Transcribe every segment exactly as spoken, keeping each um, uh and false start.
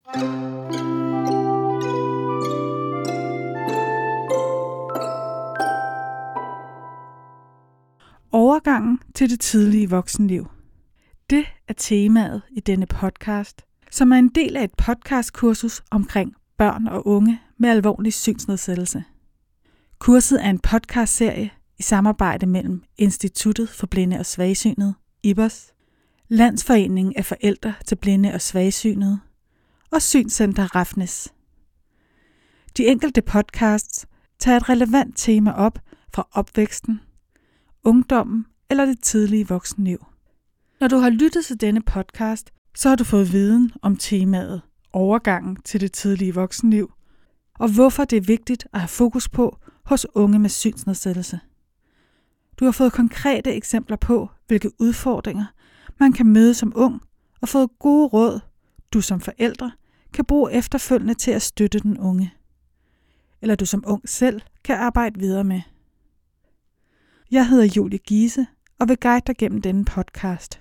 Overgangen til det tidlige voksenliv. Det er temaet i denne podcast, som er en del af et podcastkursus omkring børn og unge med alvorlig synsnedsættelse. Kurset er en podcastserie i samarbejde mellem Instituttet for Blinde og Svagsynede, I B O S, Landsforeningen af Forældre til Blinde og Svagsynede og Synscenter Rafnes. De enkelte podcasts tager et relevant tema op fra opvæksten, ungdommen eller det tidlige voksenliv. Når du har lyttet til denne podcast, så har du fået viden om temaet overgangen til det tidlige voksenliv, og hvorfor det er vigtigt at have fokus på hos unge med synsnedsættelse. Du har fået konkrete eksempler på, hvilke udfordringer man kan møde som ung, og fået gode råd, du som forældre kan bruge efterfølgende til at støtte den unge, eller du som ung selv kan arbejde videre med. Jeg hedder Julie Giese og vil guide dig gennem denne podcast.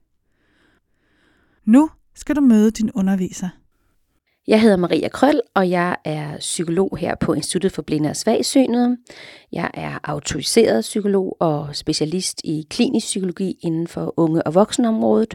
Nu skal du møde din underviser. Jeg hedder Maria Krøll, og jeg er psykolog her på Instituttet for Blinde og Svagsynede. Jeg er autoriseret psykolog og specialist i klinisk psykologi inden for unge- og voksenområdet.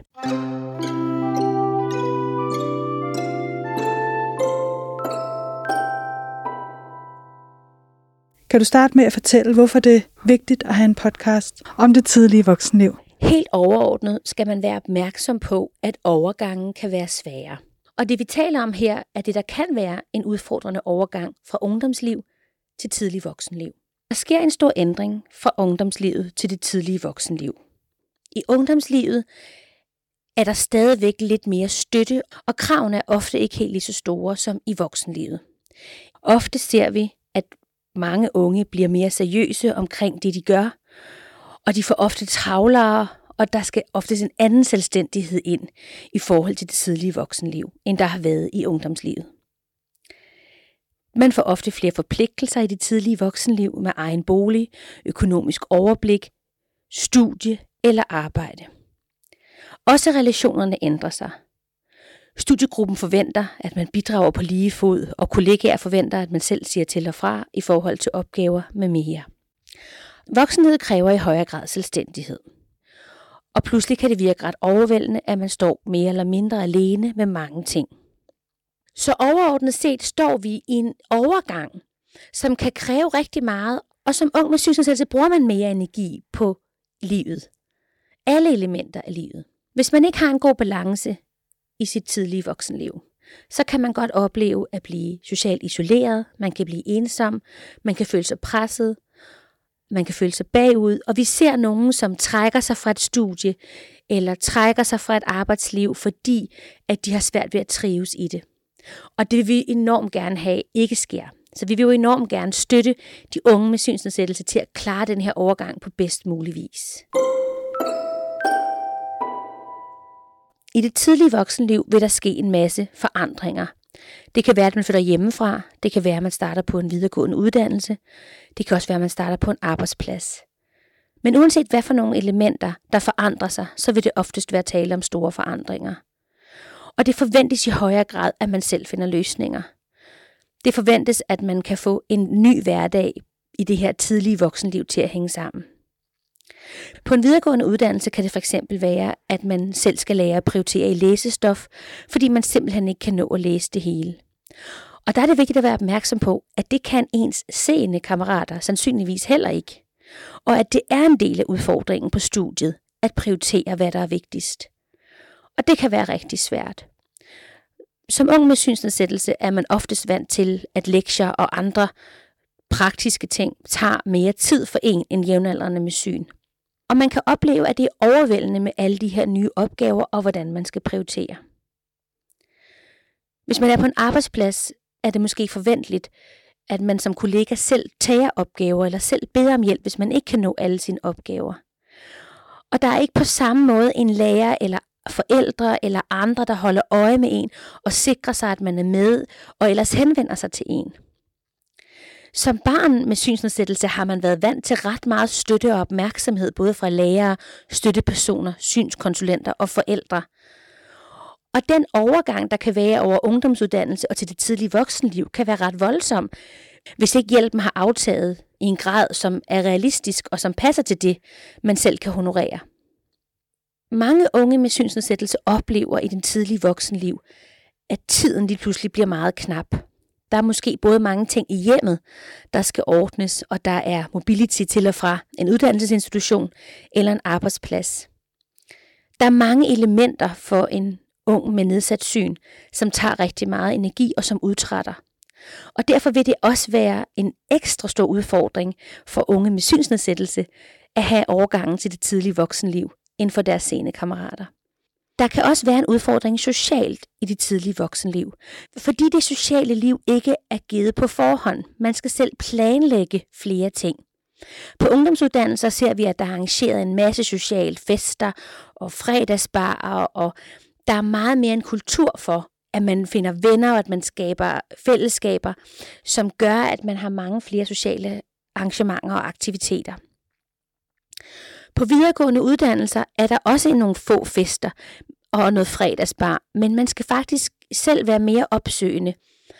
Kan du starte med at fortælle, hvorfor det er vigtigt at have en podcast om det tidlige voksenliv? Helt overordnet skal man være opmærksom på, at overgangen kan være svære. Og det vi taler om her, er det, der kan være en udfordrende overgang fra ungdomsliv til tidlig voksenliv. Der sker en stor ændring fra ungdomslivet til det tidlige voksenliv. I ungdomslivet er der stadigvæk lidt mere støtte, og kravene er ofte ikke helt lige så store som i voksenlivet. Ofte ser vi, at mange unge bliver mere seriøse omkring det, de gør, og de får ofte travlere, og der skal ofte en anden selvstændighed ind i forhold til det tidlige voksenliv, end der har været i ungdomslivet. Man får ofte flere forpligtelser i det tidlige voksenliv med egen bolig, økonomisk overblik, studie eller arbejde. Også relationerne ændrer sig. Studiegruppen forventer, at man bidrager på lige fod, og kollegaer forventer, at man selv siger til og fra i forhold til opgaver med mere. Voksenhed kræver i højere grad selvstændighed. Og pludselig kan det virke ret overvældende, at man står mere eller mindre alene med mange ting. Så overordnet set står vi i en overgang, som kan kræve rigtig meget, og som ung med synsnedsættelse bruger man mere energi på livet. Alle elementer af livet. Hvis man ikke har en god balance i sit tidlige voksenliv, så kan man godt opleve at blive socialt isoleret, man kan blive ensom, man kan føle sig presset, man kan føle sig bagud, og vi ser nogen, som trækker sig fra et studie, eller trækker sig fra et arbejdsliv, fordi at de har svært ved at trives i det. Og det vil vi enormt gerne have ikke sker. Så vi vil jo enormt gerne støtte de unge med synsnedsættelse til at klare den her overgang på bedst mulig vis. I det tidlige voksenliv vil der ske en masse forandringer. Det kan være, at man flytter hjemmefra. Det kan være, at man starter på en videregående uddannelse. Det kan også være, at man starter på en arbejdsplads. Men uanset hvad for nogle elementer, der forandrer sig, så vil det oftest være tale om store forandringer. Og det forventes i højere grad, at man selv finder løsninger. Det forventes, at man kan få en ny hverdag i det her tidlige voksenliv til at hænge sammen. På en videregående uddannelse kan det fx være, at man selv skal lære at prioritere i læsestof, fordi man simpelthen ikke kan nå at læse det hele. Og der er det vigtigt at være opmærksom på, at det kan ens seende kammerater sandsynligvis heller ikke. Og at det er en del af udfordringen på studiet, at prioritere, hvad der er vigtigst. Og det kan være rigtig svært. Som ung med synsnedsættelse er man oftest vant til, at lektier og andre praktiske ting tager mere tid for en end jævnaldrende med syn. Og man kan opleve, at det er overvældende med alle de her nye opgaver og hvordan man skal prioritere. Hvis man er på en arbejdsplads, er det måske forventeligt, at man som kollega selv tager opgaver eller selv beder om hjælp, hvis man ikke kan nå alle sine opgaver. Og der er ikke på samme måde en lærer eller forældre eller andre, der holder øje med en og sikrer sig, at man er med og ellers henvender sig til en. Som barn med synsnedsættelse har man været vant til ret meget støtte og opmærksomhed, både fra lærere, støttepersoner, synskonsulenter og forældre. Og den overgang, der kan være over ungdomsuddannelse og til det tidlige voksenliv, kan være ret voldsom, hvis ikke hjælpen har aftaget i en grad, som er realistisk og som passer til det, man selv kan honorere. Mange unge med synsnedsættelse oplever i den tidlige voksenliv, at tiden lige pludselig bliver meget knap. Der er måske både mange ting i hjemmet, der skal ordnes, og der er mobility til og fra en uddannelsesinstitution eller en arbejdsplads. Der er mange elementer for en ung med nedsat syn, som tager rigtig meget energi og som udtrætter. Og derfor vil det også være en ekstra stor udfordring for unge med synsnedsættelse at have overgangen til det tidlige voksenliv end for deres sene kammerater. Der kan også være en udfordring socialt i det tidlige voksenliv, fordi det sociale liv ikke er givet på forhånd. Man skal selv planlægge flere ting. På ungdomsuddannelser ser vi, at der er arrangeret en masse sociale fester og fredagsbarer, og der er meget mere en kultur for, at man finder venner, og at man skaber fællesskaber, som gør, at man har mange flere sociale arrangementer og aktiviteter. På videregående uddannelser er der også nogle få fester og noget fredagsbar, men man skal faktisk selv være mere opsøgende.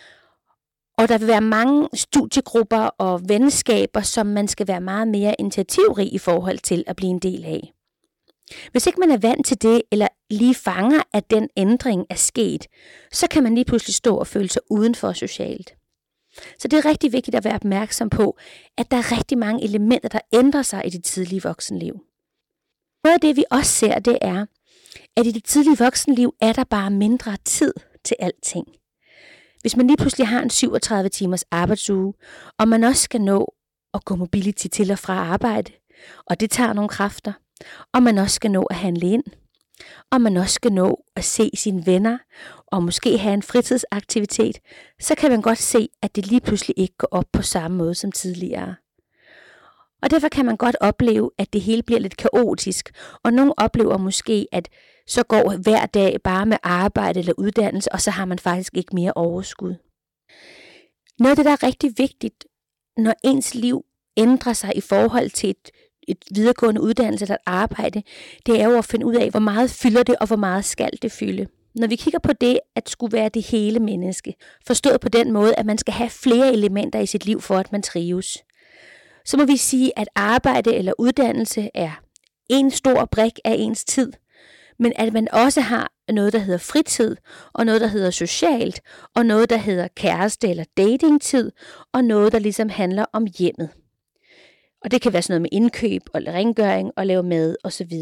Og der vil være mange studiegrupper og venskaber, som man skal være meget mere initiativrig i forhold til at blive en del af. Hvis ikke man er vant til det, eller lige fanger, at den ændring er sket, så kan man lige pludselig stå og føle sig udenfor socialt. Så det er rigtig vigtigt at være opmærksom på, at der er rigtig mange elementer, der ændrer sig i det tidlige voksenliv. Noget af det, vi også ser, det er, at i det tidlige voksenliv er der bare mindre tid til alting. Hvis man lige pludselig har en syvogtredive timers arbejdsuge, og man også skal nå at gå mobility til og fra arbejde, og det tager nogle kræfter, og man også skal nå at handle ind, og man også skal nå at se sine venner, og måske have en fritidsaktivitet, så kan man godt se, at det lige pludselig ikke går op på samme måde som tidligere. Og derfor kan man godt opleve, at det hele bliver lidt kaotisk, og nogle oplever måske, at så går hver dag bare med arbejde eller uddannelse, og så har man faktisk ikke mere overskud. Noget af det, der er rigtig vigtigt, når ens liv ændrer sig i forhold til et, et videregående uddannelse eller et arbejde, det er jo at finde ud af, hvor meget fylder det, og hvor meget skal det fylde. Når vi kigger på det, at skulle være det hele menneske, forstået på den måde, at man skal have flere elementer i sit liv, for at man trives, så må vi sige, at arbejde eller uddannelse er en stor brik af ens tid, men at man også har noget, der hedder fritid, og noget, der hedder socialt, og noget, der hedder kæreste- eller datingtid, og noget, der ligesom handler om hjemmet. Og det kan være sådan noget med indkøb og rengøring og lave mad osv.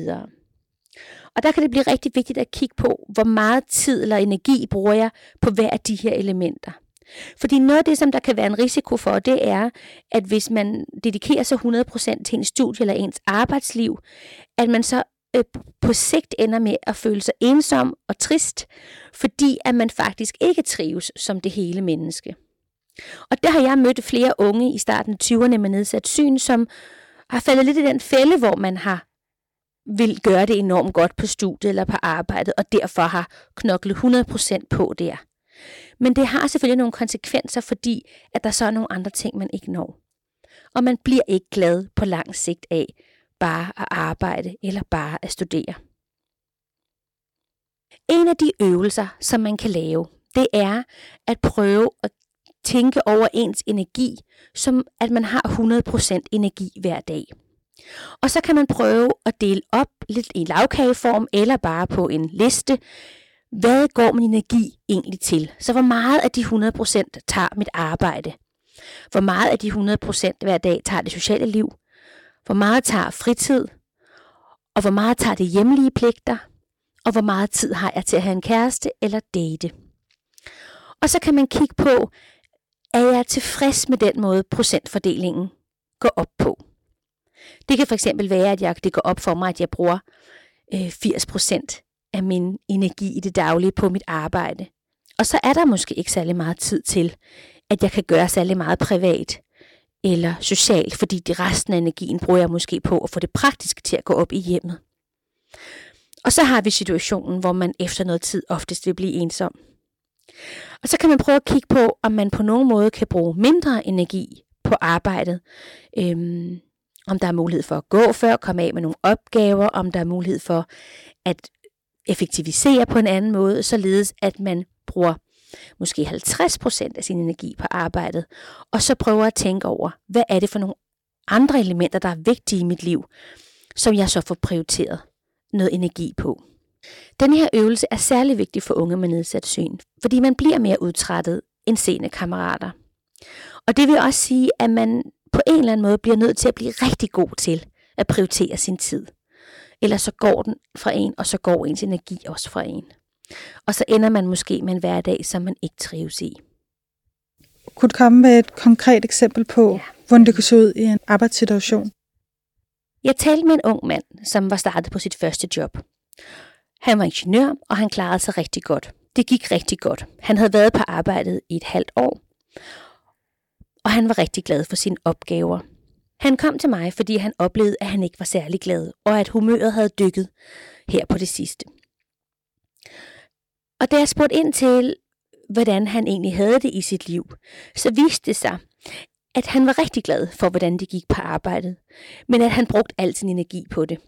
Og der kan det blive rigtig vigtigt at kigge på, hvor meget tid eller energi bruger jeg på hver af de her elementer. Fordi noget af det, som der kan være en risiko for, det er, at hvis man dedikerer sig hundrede procent til en studie eller ens arbejdsliv, at man så øh, på sigt ender med at føle sig ensom og trist, fordi at man faktisk ikke trives som det hele menneske. Og der har jeg mødt flere unge i starten af tyverne med nedsat syn, som har faldet lidt i den fælde, hvor man har vil gøre det enormt godt på studiet eller på arbejdet, og derfor har knoklet hundrede procent på der. Men det har selvfølgelig nogle konsekvenser, fordi at der så er nogle andre ting, man ikke når. Og man bliver ikke glad på lang sigt af bare at arbejde eller bare at studere. En af de øvelser, som man kan lave, det er at prøve at tænke over ens energi, som at man har hundrede procent energi hver dag. Og så kan man prøve at dele op lidt i lavkageform eller bare på en liste. Hvad går min energi egentlig til? Så hvor meget af de hundrede procent tager mit arbejde? Hvor meget af de hundrede procent hver dag tager det sociale liv? Hvor meget tager fritid? Og hvor meget tager det hjemlige pligter? Og hvor meget tid har jeg til at have en kæreste eller date? Og så kan man kigge på, er jeg tilfreds med den måde procentfordelingen går op på? Det kan fx være, at jeg, det går op for mig, at jeg bruger øh, firs procent af min energi i det daglige på mit arbejde. Og så er der måske ikke særlig meget tid til, at jeg kan gøre særlig meget privat eller socialt, fordi de resten af energien bruger jeg måske på at få det praktiske til at gå op i hjemmet. Og så har vi situationen, hvor man efter noget tid oftest vil blive ensom. Og så kan man prøve at kigge på, om man på nogen måde kan bruge mindre energi på arbejdet. Øhm, om der er mulighed for at gå før, komme af med nogle opgaver, om der er mulighed for at effektivisere på en anden måde, således at man bruger måske halvtreds procent af sin energi på arbejdet, og så prøver at tænke over, hvad er det for nogle andre elementer, der er vigtige i mit liv, som jeg så får prioriteret noget energi på. Den her øvelse er særlig vigtig for unge med nedsat syn, fordi man bliver mere udtrættet end seende kammerater. Og det vil også sige, at man på en eller anden måde bliver nødt til at blive rigtig god til at prioritere sin tid. Ellers så går den fra en, og så går ens energi også fra en. Og så ender man måske med en hverdag, som man ikke trives i. Kunne du komme med et konkret eksempel på, ja. hvordan det kunne se ud i en arbejdssituation? Jeg talte med en ung mand, som var startet på sit første job. Han var ingeniør, og han klarede sig rigtig godt. Det gik rigtig godt. Han havde været på arbejdet i et halvt år, og han var rigtig glad for sine opgaver. Han kom til mig, fordi han oplevede, at han ikke var særlig glad, og at humøret havde dykket her på det sidste. Og da jeg spurgte ind til, hvordan han egentlig havde det i sit liv, så viste det sig, at han var rigtig glad for, hvordan det gik på arbejdet, men at han brugte al sin energi på det.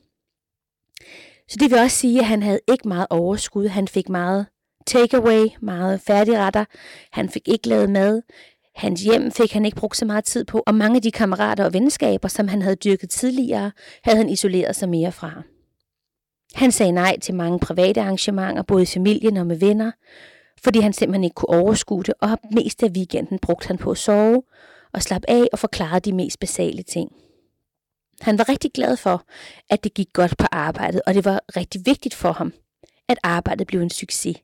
Så det vil også sige, at han havde ikke meget overskud. Han fik meget takeaway, meget færdigretter. Han fik ikke lavet mad. Hans hjem fik han ikke brugt så meget tid på, og mange af de kammerater og venskaber, som han havde dyrket tidligere, havde han isoleret sig mere fra. Han sagde nej til mange private arrangementer, både i familien og med venner, fordi han simpelthen ikke kunne overskue det, og mest af weekenden brugte han på at sove og slappe af og forklare de mest basale ting. Han var rigtig glad for, at det gik godt på arbejdet, og det var rigtig vigtigt for ham, at arbejdet blev en succes.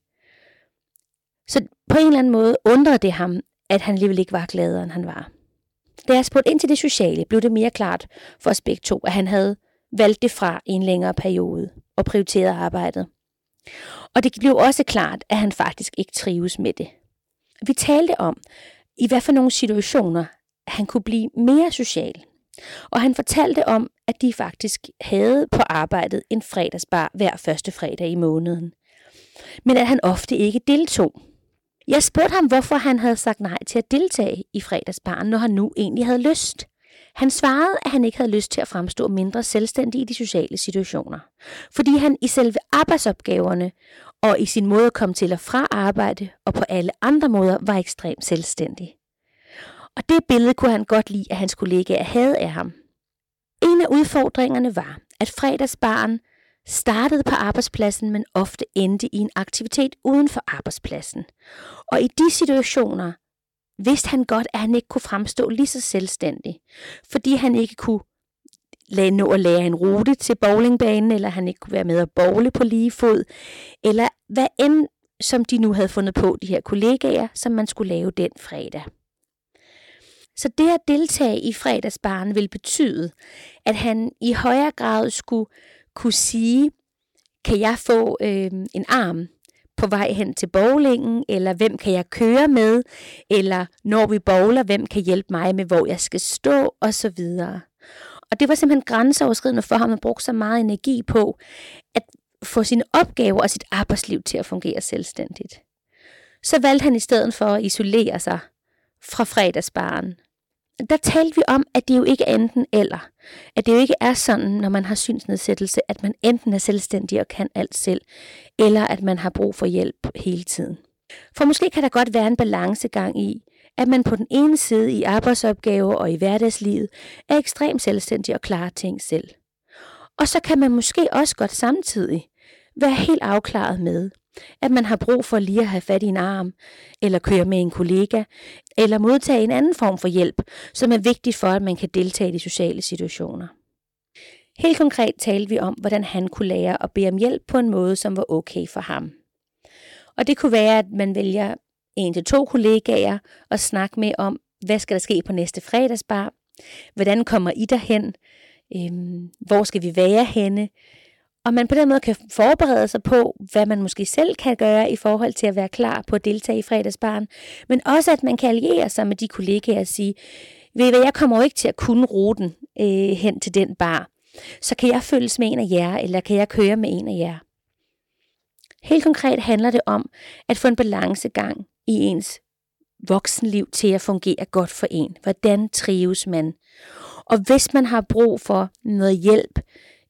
Så på en eller anden måde undrede det ham, at han alligevel ikke var gladere, end han var. Da jeg spurgte ind til det sociale, blev det mere klart for os begge to, at han havde valgt det fra i en længere periode og prioriteret arbejdet. Og det blev også klart, at han faktisk ikke trives med det. Vi talte om, i hvad for nogle situationer han kunne blive mere social. Og han fortalte om, at de faktisk havde på arbejdet en fredagsbar hver første fredag i måneden. Men at han ofte ikke deltog. Jeg spurgte ham, hvorfor han havde sagt nej til at deltage i fredagsbaren, når han nu egentlig havde lyst. Han svarede, at han ikke havde lyst til at fremstå mindre selvstændig i de sociale situationer. Fordi han i selve arbejdsopgaverne og i sin måde at komme til og fra arbejde og på alle andre måder var ekstremt selvstændig. Og det billede kunne han godt lide, at hans kollegaer havde af ham. En af udfordringerne var, at fredagsbaren startede på arbejdspladsen, men ofte endte i en aktivitet uden for arbejdspladsen. Og i de situationer vidste han godt, at han ikke kunne fremstå lige så selvstændig, fordi han ikke kunne nå at lære en rute til bowlingbanen, eller han ikke kunne være med at bowle på lige fod, eller hvad end som de nu havde fundet på, de her kollegaer, som man skulle lave den fredag. Så det at deltage i fredagsbaren ville betyde, at han i højere grad skulle kunne sige, kan jeg få øh, en arm på vej hen til bowlingen, eller hvem kan jeg køre med, eller når vi bowler, hvem kan hjælpe mig med, hvor jeg skal stå, osv. Og det var simpelthen grænseoverskridende for ham at bruge så meget energi på, at få sine opgaver og sit arbejdsliv til at fungere selvstændigt. Så valgte han i stedet for at isolere sig fra fredagsbaren. Der talte vi om, at det jo ikke er enten eller. At det jo ikke er sådan, når man har synsnedsættelse, at man enten er selvstændig og kan alt selv, eller at man har brug for hjælp hele tiden. For måske kan der godt være en balancegang i, at man på den ene side i arbejdsopgaver og i hverdagslivet er ekstremt selvstændig og klarer ting selv. Og så kan man måske også godt samtidig være helt afklaret med, at man har brug for lige at have fat i en arm, eller køre med en kollega, eller modtage en anden form for hjælp, som er vigtigt for, at man kan deltage i de sociale situationer. Helt konkret talte vi om, hvordan han kunne lære at bede om hjælp på en måde, som var okay for ham. Og det kunne være, at man vælger en til to kollegaer og snakke med om, hvad skal der ske på næste fredagsbar? Hvordan kommer I derhen? Øhm, hvor skal vi være henne? Og man på den måde kan forberede sig på, hvad man måske selv kan gøre i forhold til at være klar på at deltage i fredagsbaren. Men også, at man kan alliere sig med de kollegaer og sige, ved I hvad, jeg kommer jo ikke til at kunne ruten øh, hen til den bar. Så kan jeg følges med en af jer, eller kan jeg køre med en af jer? Helt konkret handler det om at få en balancegang i ens voksenliv til at fungere godt for en. Hvordan trives man? Og hvis man har brug for noget hjælp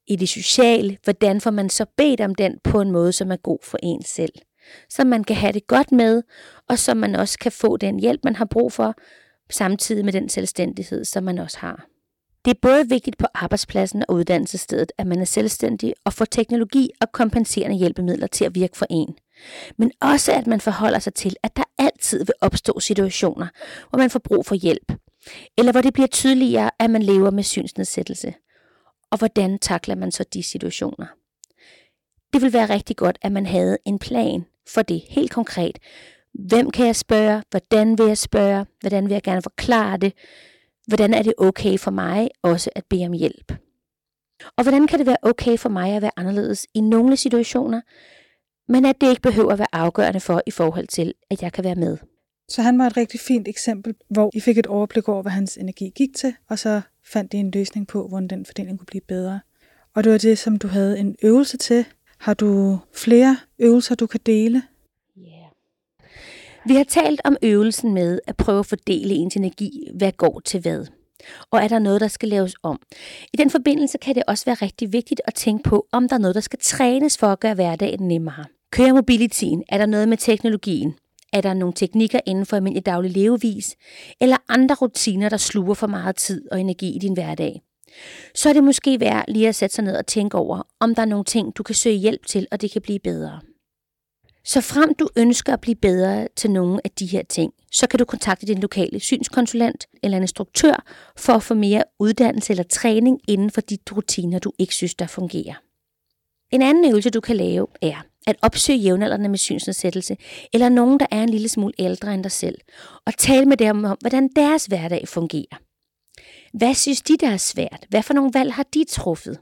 I det sociale, hvordan får man så bedt om den på en måde, som er god for en selv. Så man kan have det godt med, og så man også kan få den hjælp, man har brug for, samtidig med den selvstændighed, som man også har. Det er både vigtigt på arbejdspladsen og uddannelsesstedet, at man er selvstændig og får teknologi og kompenserende hjælpemidler til at virke for en. Men også at man forholder sig til, at der altid vil opstå situationer, hvor man får brug for hjælp, eller hvor det bliver tydeligere, at man lever med synsnedsættelse. Og hvordan takler man så de situationer? Det vil være rigtig godt, at man havde en plan for det helt konkret. Hvem kan jeg spørge? Hvordan vil jeg spørge? Hvordan vil jeg gerne forklare det? Hvordan er det okay for mig også at bede om hjælp? Og hvordan kan det være okay for mig at være anderledes i nogle situationer, men at det ikke behøver at være afgørende for i forhold til, at jeg kan være med? Så han var et rigtig fint eksempel, hvor I fik et overblik over, hvad hans energi gik til, og så fandt I en løsning på, hvordan den fordeling kunne blive bedre. Og det var det, som du havde en øvelse til. Har du flere øvelser, du kan dele? Yeah. Vi har talt om øvelsen med at prøve at fordele ens energi, hvad går til hvad. Og er der noget, der skal laves om? I den forbindelse kan det også være rigtig vigtigt at tænke på, om der er noget, der skal trænes for at gøre hverdagen nemmere. Kører mobiliteten? Er der noget med teknologien? Er der nogle teknikker inden for almindelig daglig levevis? Eller andre rutiner, der sluger for meget tid og energi i din hverdag? Så er det måske værd lige at sætte sig ned og tænke over, om der er nogle ting, du kan søge hjælp til, og det kan blive bedre. Så frem du ønsker at blive bedre til nogle af de her ting, så kan du kontakte din lokale synskonsulent eller en instruktør for at få mere uddannelse eller træning inden for de rutiner, du ikke synes, der fungerer. En anden øvelse, du kan lave, er at opsøge jævnaldrende med synsnedsættelse, eller nogen, der er en lille smule ældre end dig selv, og tale med dem om, hvordan deres hverdag fungerer. Hvad synes de, der er svært? Hvad for nogle valg har de truffet?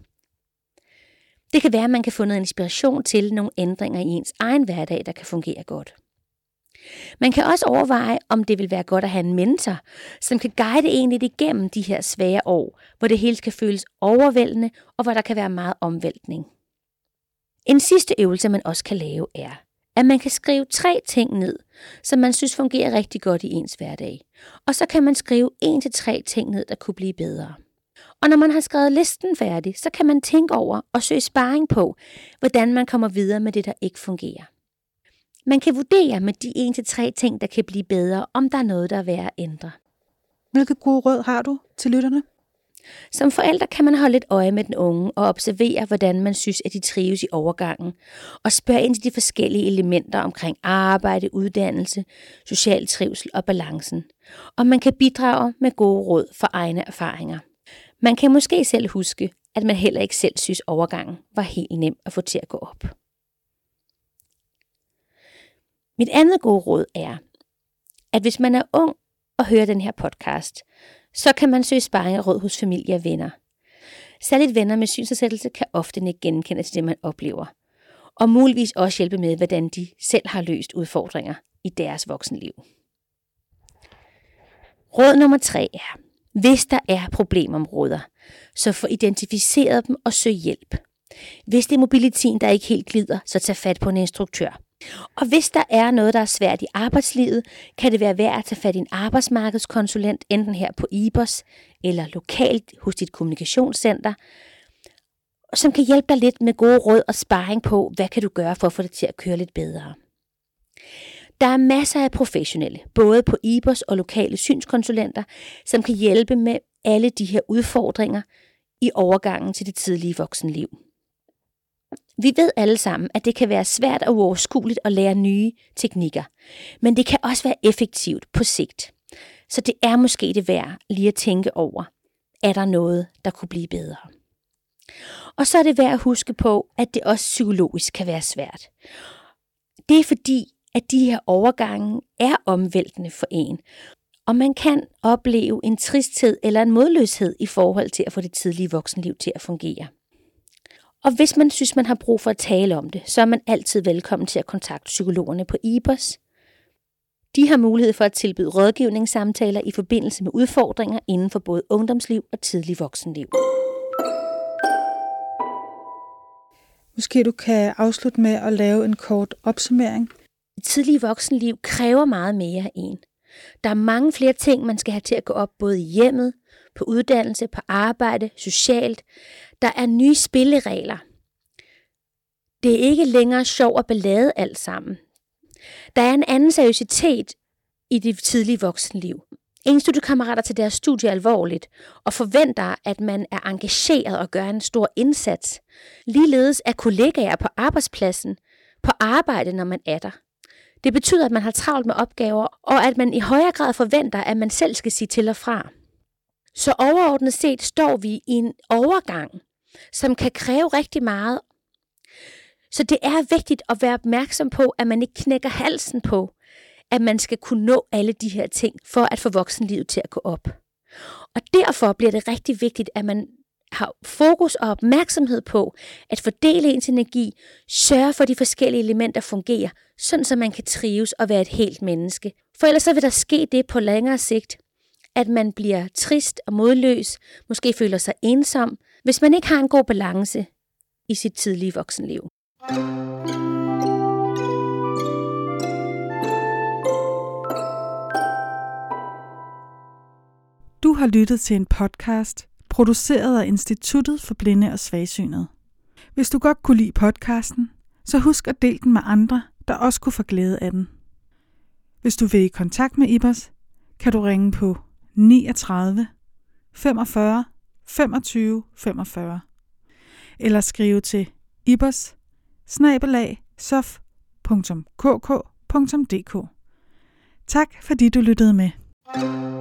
Det kan være, at man kan få noget inspiration til nogle ændringer i ens egen hverdag, der kan fungere godt. Man kan også overveje, om det vil være godt at have en mentor, som kan guide en lidt igennem de her svære år, hvor det hele kan føles overvældende, og hvor der kan være meget omvæltning. En sidste øvelse, man også kan lave, er, at man kan skrive tre ting ned, som man synes fungerer rigtig godt i ens hverdag. Og så kan man skrive en til tre ting ned, der kunne blive bedre. Og når man har skrevet listen færdig, så kan man tænke over og søge sparring på, hvordan man kommer videre med det, der ikke fungerer. Man kan vurdere med de en til tre ting, der kan blive bedre, om der er noget, der er værd at ændre. Hvilke gode råd har du til lytterne? Som forældre kan man holde lidt øje med den unge og observere, hvordan man synes, at de trives i overgangen, og spørge ind til de forskellige elementer omkring arbejde, uddannelse, social trivsel og balancen. Og man kan bidrage med gode råd for egne erfaringer. Man kan måske selv huske, at man heller ikke selv synes, overgangen var helt nem at få til at gå op. Mit andet gode råd er, at hvis man er ung og hører den her podcast, så kan man søge sparring og råd hos familie og venner. Særligt venner med synsnedsættelse kan ofte ikke genkende til det, man oplever, og muligvis også hjælpe med, hvordan de selv har løst udfordringer i deres voksenliv. Råd nummer tre er, hvis der er problemområder, så få identificeret dem og søg hjælp. Hvis det er mobiliteten, der ikke helt glider, så tag fat på en instruktør. Og hvis der er noget, der er svært i arbejdslivet, kan det være værd at tage fat i en arbejdsmarkedskonsulent, enten her på I B O S eller lokalt hos dit kommunikationscenter, som kan hjælpe dig lidt med gode råd og sparring på, hvad kan du gøre for at få det til at køre lidt bedre. Der er masser af professionelle, både på I B O S og lokale synskonsulenter, som kan hjælpe med alle de her udfordringer i overgangen til det tidlige voksenliv. Vi ved alle sammen, at det kan være svært og uoverskueligt at lære nye teknikker, men det kan også være effektivt på sigt. Så det er måske det værd lige at tænke over, er der noget, der kunne blive bedre? Og så er det værd at huske på, at det også psykologisk kan være svært. Det er fordi, at de her overgange er omvæltende for en, og man kan opleve en tristhed eller en modløshed i forhold til at få det tidlige voksenliv til at fungere. Og hvis man synes, man har brug for at tale om det, så er man altid velkommen til at kontakte psykologerne på I B O S. De har mulighed for at tilbyde rådgivningssamtaler i forbindelse med udfordringer inden for både ungdomsliv og tidlig voksenliv. Måske du kan afslutte med at lave en kort opsummering. Det tidlige voksenliv kræver meget mere af en. Der er mange flere ting, man skal have til at gå op både i hjemmet, på uddannelse, på arbejde, socialt. Der er nye spilleregler. Det er ikke længere sjov og ballade alt sammen. Der er en anden seriøsitet i det tidlige voksenliv. En studiekammerater til deres studie alvorligt og forventer, at man er engageret og gør en stor indsats. Ligeledes er kollegaer på arbejdspladsen, på arbejde, når man er der. Det betyder, at man har travlt med opgaver, og at man i højere grad forventer, at man selv skal sige til og fra. Så overordnet set står vi i en overgang, som kan kræve rigtig meget. Så det er vigtigt at være opmærksom på, at man ikke knækker halsen på, at man skal kunne nå alle de her ting, for at få voksenlivet til at gå op. Og derfor bliver det rigtig vigtigt, at man har fokus og opmærksomhed på at fordele ens energi, sørge for, at de forskellige elementer fungerer, sådan så man kan trives og være et helt menneske. For ellers så vil der ske det på længere sigt, at man bliver trist og modløs, måske føler sig ensom, hvis man ikke har en god balance i sit tidlige voksenliv. Du har lyttet til en podcast, produceret af Instituttet for Blinde og Svagsynede. Hvis du godt kunne lide podcasten, så husk at dele den med andre, der også kunne få glæde af den. Hvis du vil i kontakt med IBOS, kan du ringe på niogtredive femogfyrre femogtyve femogfyrre eller skrive til ibos bindestreg sof punktum k k punktum d k. Tak fordi du lyttede med.